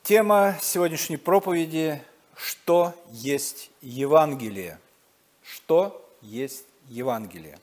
Тема сегодняшней проповеди «Что есть Евангелие?» Что есть Евангелие?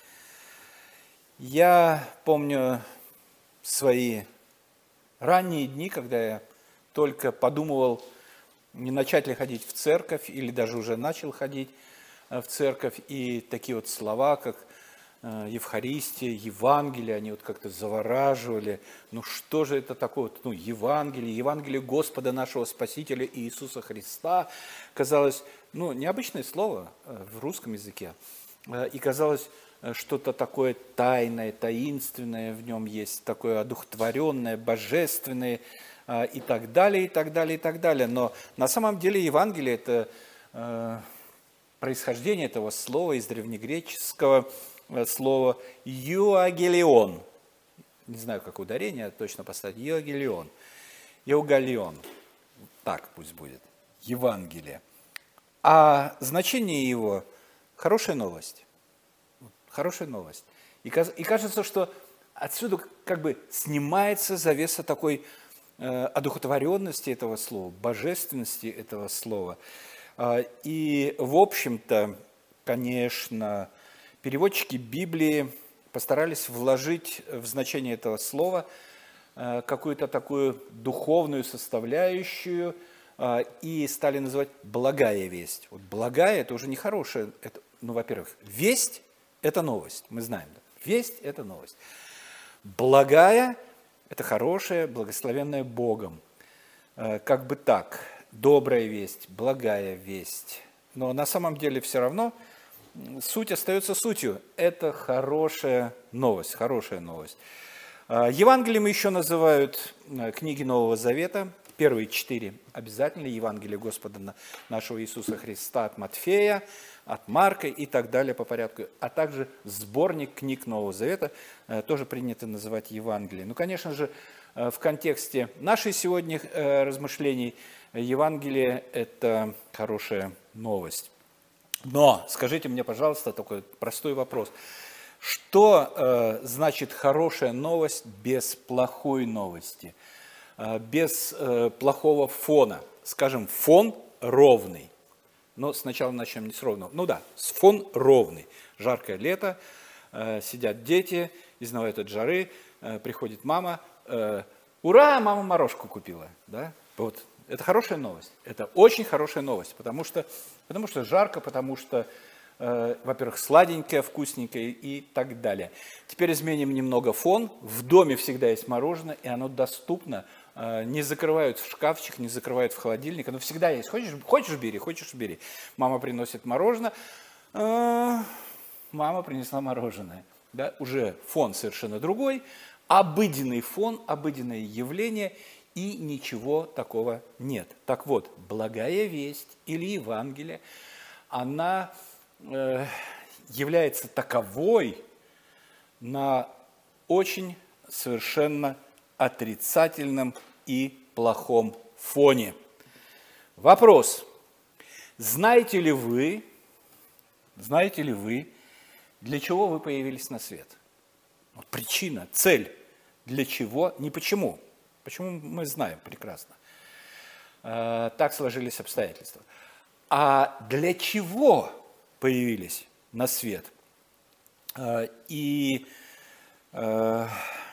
Я помню свои ранние дни, когда я только подумывал, не начать ли ходить в церковь, или даже уже начал ходить в церковь, и такие вот слова, как Евхаристия, Евангелие, они вот как-то завораживали. Ну что же это такое? Ну, Евангелие, Евангелие Господа нашего Спасителя Иисуса Христа. Казалось, ну, необычное слово в русском языке. И казалось, что-то такое тайное, таинственное в нем есть, такое одухотворенное, божественное и так далее, и так далее, и так далее. Но на самом деле Евангелие – это происхождение этого слова из древнегреческого слова «евангелион». Не знаю, как ударение точно поставить. «Евангелион». «Евангелион». Так пусть будет. Евангелие. А значение его – хорошая новость. Хорошая новость. И кажется, что отсюда как бы снимается завеса такой одухотворенности этого слова, божественности этого слова. И, в общем-то, конечно, переводчики Библии постарались вложить в значение этого слова какую-то такую духовную составляющую и стали называть «благая весть». Вот «благая» – это уже не хорошая, это, ну, во-первых, весть – это новость, мы знаем, да? Весть – это новость. Благая – это хорошая, благословенная Богом. Как бы так, добрая весть, благая весть. Но на самом деле все равно суть остается сутью. Это хорошая новость, хорошая новость. Евангелием еще называют книги Нового Завета. Первые 4 обязательно. Евангелие Господа нашего Иисуса Христа от Матфея, от Марка и так далее по порядку. А также сборник книг Нового Завета тоже принято называть Евангелием. Ну, конечно же, в контексте нашей сегодня размышлений Евангелие – это хорошая новость. Но скажите мне, пожалуйста, такой простой вопрос. Что значит хорошая новость без плохой новости? Без плохого фона? Скажем, фон ровный. Но сначала начнем не с ровного. Ну да, фон ровный. Жаркое лето, сидят дети, изнывают от жары, приходит мама. Ура, мама морожку купила. Да? Вот. Это хорошая новость. Это очень хорошая новость, потому что жарко, потому что, во-первых, сладенькое, вкусненькое и так далее. Теперь изменим немного фон. В доме всегда есть мороженое, и оно доступно. Не закрывают в шкафчик, не закрывают в холодильник. Оно всегда есть. Хочешь бери, хочешь бери. Мама приносит мороженое. Мама принесла мороженое. Да? Уже фон совершенно другой. Обыденный фон, обыденное явление, и ничего такого нет. Так вот, благая весть или Евангелие, она является таковой на очень совершенно отрицательном и плохом фоне. Вопрос. Знаете ли вы, для чего вы появились на свет? Вот причина, цель, для чего, не почему. Почему мы знаем прекрасно. Так сложились обстоятельства. А для чего появились на свет? И на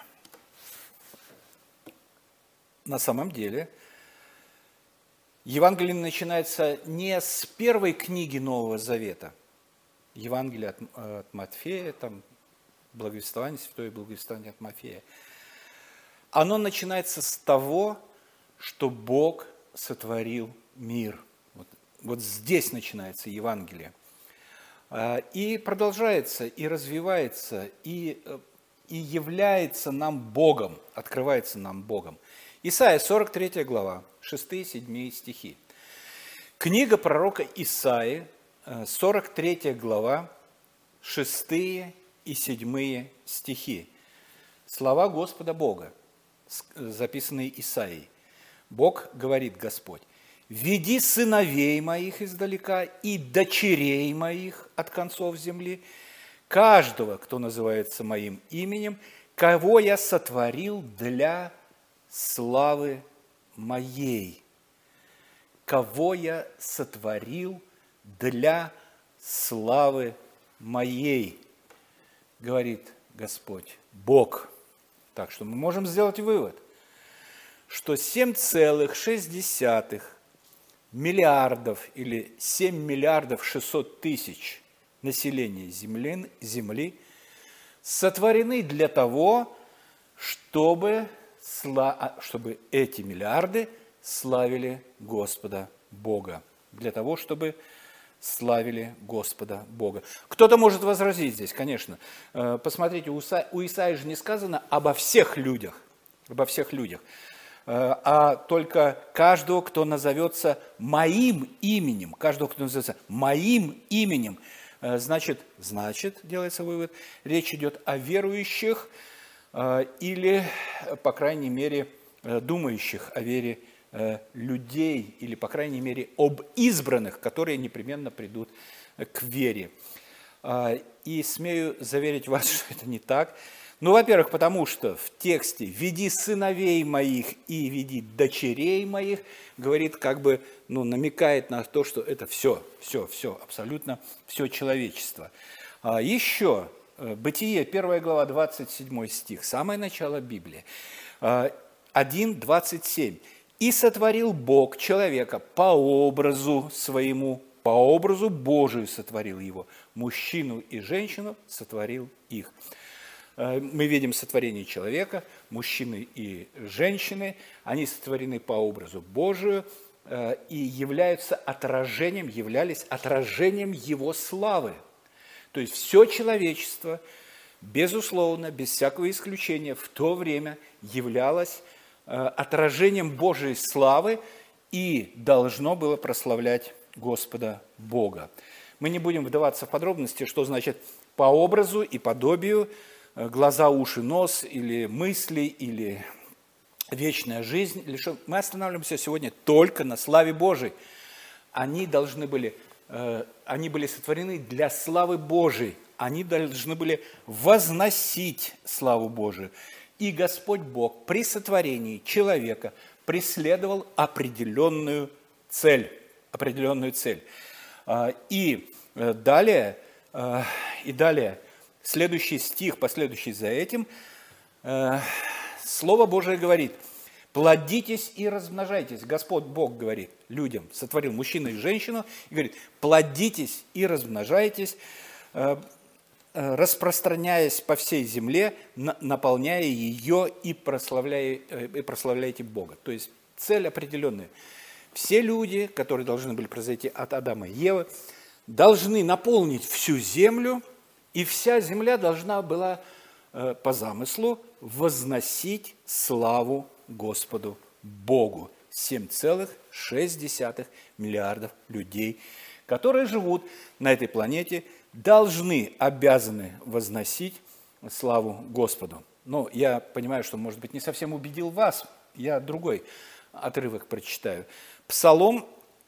самом деле Евангелие начинается не с первой книги Нового Завета. Евангелие от Матфея, там благовествование, святое благовествование от Матфея. Оно начинается с того, что Бог сотворил мир. Вот здесь начинается Евангелие. И продолжается, и развивается, и является нам Богом, открывается нам Богом. Исайя, 43 глава, 6-7 стихи. Книга пророка Исаии, 43 глава, 6 и 7 стихи. Слова Господа Бога, записанные Исаией. Бог говорит, Господь: «Веди сыновей моих издалека и дочерей моих от концов земли, каждого, кто называется моим именем, кого я сотворил для славы моей, кого я сотворил для славы моей, говорит Господь, Бог. Так что мы можем сделать вывод, что 7,6 миллиардов или 7 миллиардов 600 тысяч населения Земли сотворены для того, чтобы эти миллиарды славили Господа Бога. Для того, чтобы славили Господа Бога. Кто-то может возразить здесь, конечно. Посмотрите, у Исаии же не сказано обо всех людях, а только каждого, кто назовется моим именем, значит, делается вывод, речь идет о верующих или, по крайней мере, думающих о вере людей, или, по крайней мере, об избранных, которые непременно придут к вере. И смею заверить вас, что это не так. Ну, во-первых, потому что в тексте «веди сыновей моих и веди дочерей моих» говорит, намекает на то, что это все, абсолютно все человечество. Еще Бытие, 1 глава, 27 стих, самое начало Библии, 1:27. «И сотворил Бог человека по образу своему, по образу Божию сотворил его, мужчину и женщину сотворил их». Мы видим сотворение человека, мужчины и женщины, они сотворены по образу Божию и являлись отражением Его славы. То есть все человечество, безусловно, без всякого исключения, в то время являлось отражением Божией славы и должно было прославлять Господа Бога. Мы не будем вдаваться в подробности, что значит по образу и подобию, глаза, уши, нос, или мысли, или вечная жизнь. Мы останавливаемся сегодня только на славе Божией. Они были сотворены для славы Божией. Они должны были возносить славу Божию. И Господь Бог при сотворении человека преследовал определенную цель. И далее, следующий стих, последующий за этим, Слово Божие говорит: плодитесь и размножайтесь. Господь Бог говорит людям, сотворил мужчину и женщину, и говорит: плодитесь и размножайтесь, распространяясь по всей земле, наполняя ее и прославляйте Бога. То есть цель определенная. Все люди, которые должны были произойти от Адама и Евы, должны наполнить всю землю, и вся земля должна была по замыслу возносить славу Господу Богу. 7,6 миллиардов людей, которые живут на этой планете, обязаны возносить славу Господу. Но я понимаю, что, может быть, не совсем убедил вас. Я другой отрывок прочитаю. Псалом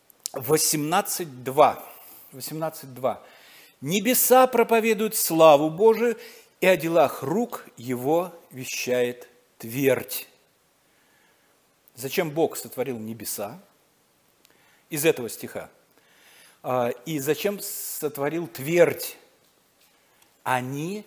18:2. 18:2. «Небеса проповедуют славу Божию, и о делах рук его вещает твердь». Зачем Бог сотворил небеса? Из этого стиха. И зачем сотворил твердь? Они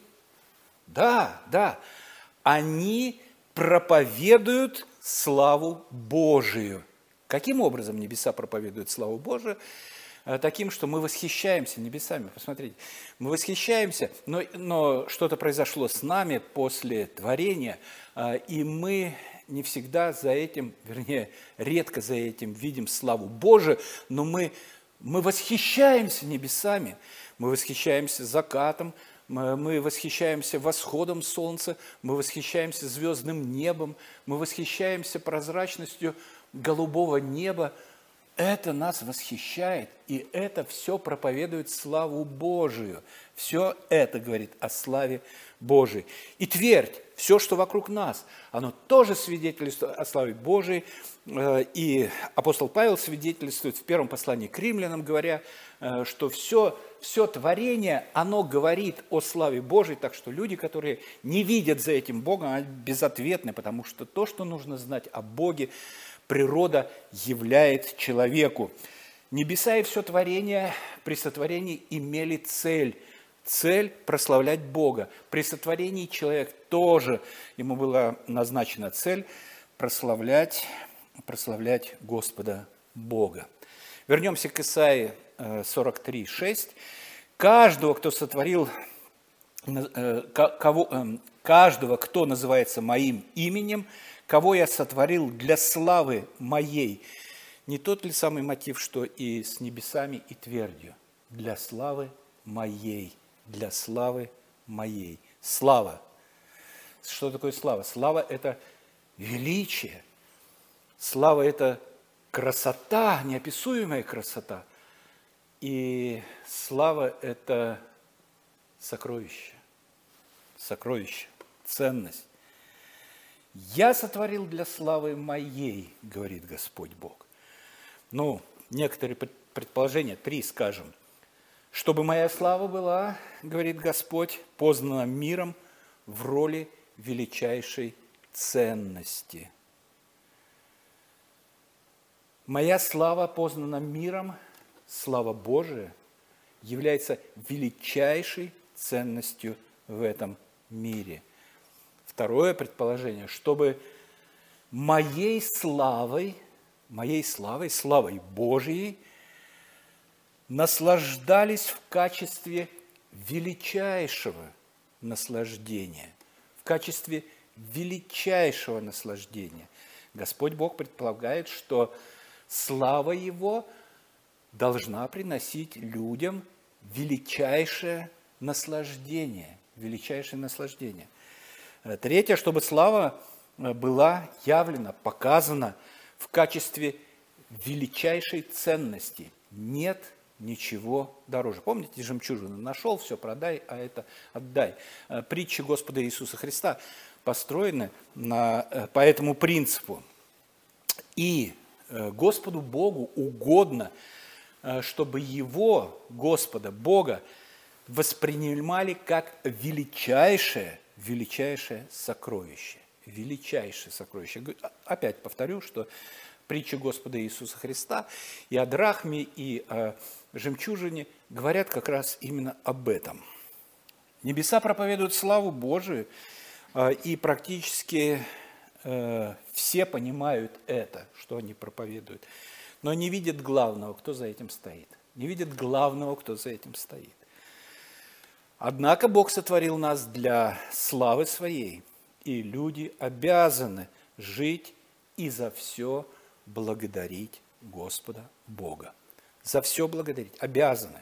проповедуют славу Божию. Каким образом небеса проповедуют славу Божию? Таким, что мы восхищаемся небесами. Посмотрите, мы восхищаемся, но что-то произошло с нами после творения, и мы не всегда за этим, редко за этим видим славу Божию, но мы восхищаемся небесами, мы восхищаемся закатом, мы восхищаемся восходом солнца, мы восхищаемся звездным небом, мы восхищаемся прозрачностью голубого неба. Это нас восхищает, и это все проповедует славу Божию. Все это говорит о славе Божией. И твердь, все, что вокруг нас, оно тоже свидетельствует о славе Божией. И апостол Павел свидетельствует в первом послании к римлянам, говоря, что все творение, оно говорит о славе Божией, так что люди, которые не видят за этим Богом, они безответны, потому что то, что нужно знать о Боге, природа являет человеку. Небеса и все творение при сотворении имели цель прославлять Бога. При сотворении человек тоже, ему была назначена цель прославлять Господа Бога. Вернемся к Исаии 43:6. Каждого, кто называется моим именем, кого я сотворил для славы моей. Не тот ли самый мотив, что и с небесами и твердью? Для славы моей, для славы моей. Слава. Что такое слава? Слава – это величие. Слава – это красота, неописуемая красота. И слава – это сокровище, ценность. «Я сотворил для славы моей, – говорит Господь Бог». Ну, некоторые предположения, 3 скажем. «Чтобы моя слава была, – говорит Господь, – познана миром в роли величайшей ценности». Моя слава познана миром, слава Божия, является величайшей ценностью в этом мире. Второе предположение, чтобы моей славой, славой Божией, наслаждались в качестве величайшего наслаждения. В качестве величайшего наслаждения. Господь Бог предполагает, что слава Его должна приносить людям величайшее наслаждение. Третье, чтобы слава была явлена, показана в качестве величайшей ценности. Нет ничего дороже. Помните жемчужину? Нашел, все продай, а это отдай. Притчи Господа Иисуса Христа построены по этому принципу. И Господу Богу угодно, чтобы Его, Господа Бога, воспринимали как величайшее сокровище. Величайшее сокровище. Опять повторю, что притчи Господа Иисуса Христа и о драхме, и о жемчужине говорят как раз именно об этом. Небеса проповедуют славу Божию, и практически все понимают это, что они проповедуют, но не видят главного, кто за этим стоит. Однако Бог сотворил нас для славы Своей, и люди обязаны жить и за все благодарить Господа Бога. За все благодарить. Обязаны.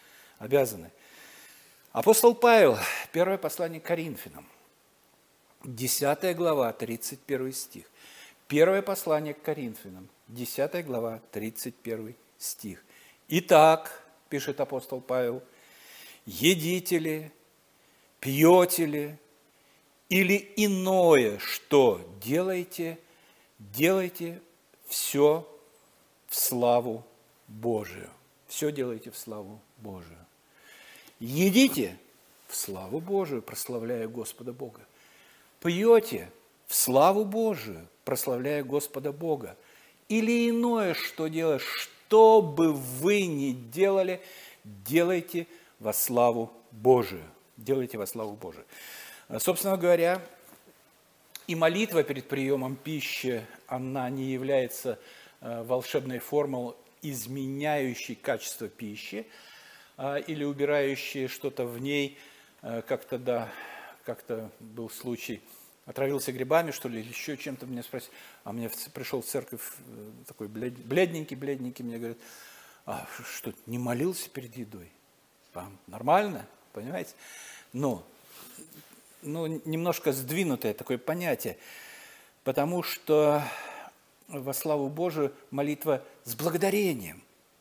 Апостол Павел, первое послание к Коринфянам, 10 глава, 31 стих. Первое послание к Коринфянам, 10 глава, 31 стих. «Итак, – пишет апостол Павел, – едите ли, пьете ли, или иное, что делаете, делайте все в славу Божию». Все делайте в славу Божию. Едите в славу Божию, прославляя Господа Бога. Пьете в славу Божию, прославляя Господа Бога. Или иное, что делать, что бы вы ни делали, делайте во славу Божию. Делайте во славу Божию. Собственно говоря, и молитва перед приемом пищи, она не является волшебной формулой, изменяющей качество пищи или убирающей что-то в ней. Как-то был случай, отравился грибами, что ли, или еще чем-то, меня спросили. А мне пришел в церковь такой бледненький, мне говорят: а что, не молился перед едой? Нормально, понимаете? Но немножко сдвинутое такое понятие, потому что во славу Божию молитва с благодарением.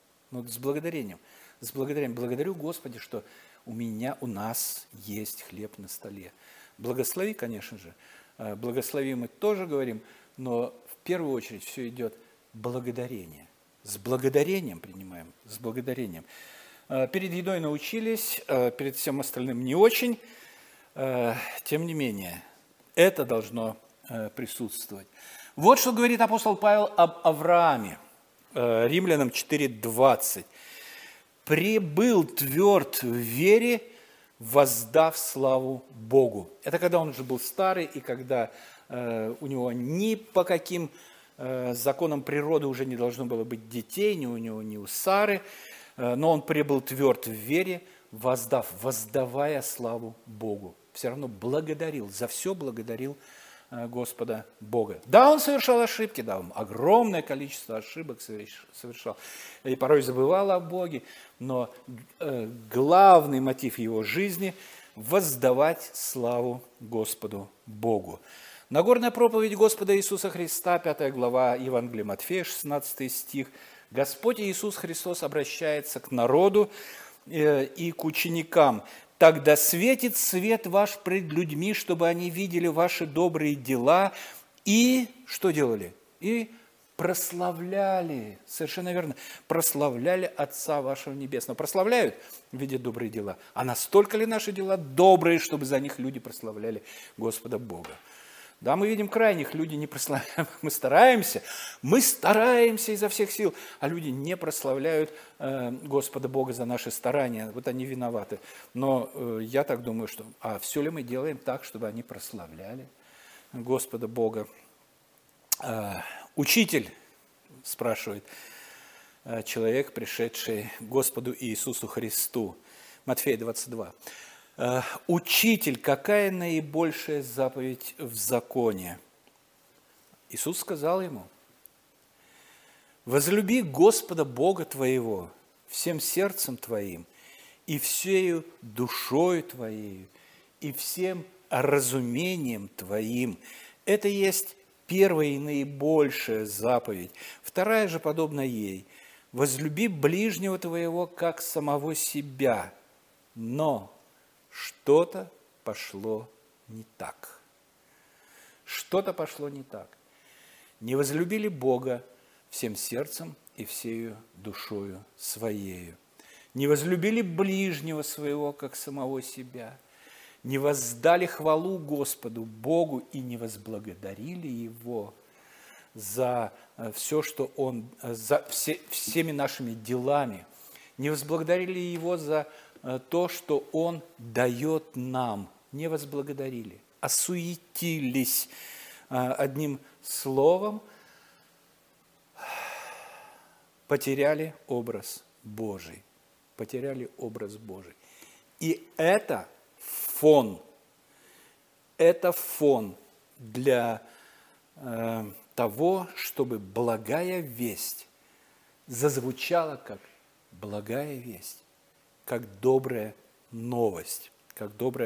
Благодарю, Господи, что у нас есть хлеб на столе. Благослови, конечно же. Благослови мы тоже говорим, но в первую очередь все идет благодарение. С благодарением принимаем, с благодарением. Перед едой научились, перед всем остальным не очень. Тем не менее, это должно присутствовать. Вот что говорит апостол Павел об Аврааме, Римлянам 4:20. «Пребыл тверд в вере, воздав славу Богу». Это когда он уже был старый, и когда у него ни по каким законам природы уже не должно было быть детей, ни у него, ни у Сары, но он пребыл тверд в вере, воздавая славу Богу. Все равно благодарил, за все благодарил Господа Бога. Да, он совершал ошибки, да, он огромное количество ошибок совершал, и порой забывал о Боге, но главный мотив его жизни – воздавать славу Господу Богу. Нагорная проповедь Господа Иисуса Христа, 5 глава Евангелия Матфея, 16 стих. Господь Иисус Христос обращается к народу и к ученикам. «Тогда светит свет ваш пред людьми, чтобы они видели ваши добрые дела». И что делали? И прославляли, совершенно верно, прославляли Отца вашего Небесного. Прославляют, видя добрые дела. А настолько ли наши дела добрые, чтобы за них люди прославляли Господа Бога? Да, мы видим крайних, люди не прославляют, мы стараемся изо всех сил, а люди не прославляют Господа Бога за наши старания, вот они виноваты. Но я так думаю, что, все ли мы делаем так, чтобы они прославляли Господа Бога? Учитель, спрашивает человек, пришедший к Господу Иисусу Христу, Матфея 22. «Учитель, какая наибольшая заповедь в законе?» Иисус сказал ему: «Возлюби Господа Бога твоего всем сердцем твоим, и всею душою твоей, и всем разумением твоим». Это есть первая и наибольшая заповедь. Вторая же подобна ей: «Возлюби ближнего твоего, как самого себя». Но что-то пошло не так. Что-то пошло не так. Не возлюбили Бога всем сердцем и всею душою своею. Не возлюбили ближнего своего, как самого себя. Не воздали хвалу Господу Богу и не возблагодарили Его за все, что Он, за всеми нашими делами. Не возблагодарили Его за то, что Он дает нам, не возблагодарили, осуетились. Одним словом, потеряли образ Божий. Потеряли образ Божий. И это фон для того, чтобы благая весть зазвучала как благая весть, как добрая новость, как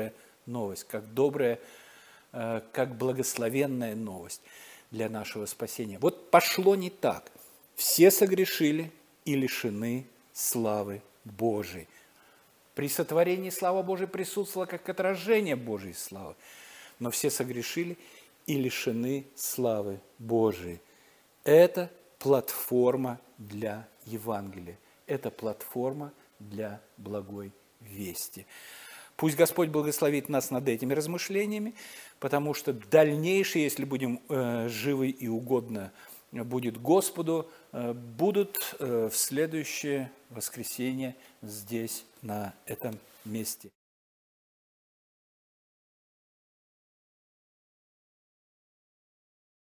благословенная новость для нашего спасения. Вот пошло не так. Все согрешили и лишены славы Божией. При сотворении слава Божия присутствовала как отражение Божьей славы, но все согрешили и лишены славы Божией. Это платформа для Евангелия, это платформа для благой вести. Пусть Господь благословит нас над этими размышлениями, потому что дальнейшие, если будем живы и угодно будет Господу, будут в следующее воскресенье здесь, на этом месте.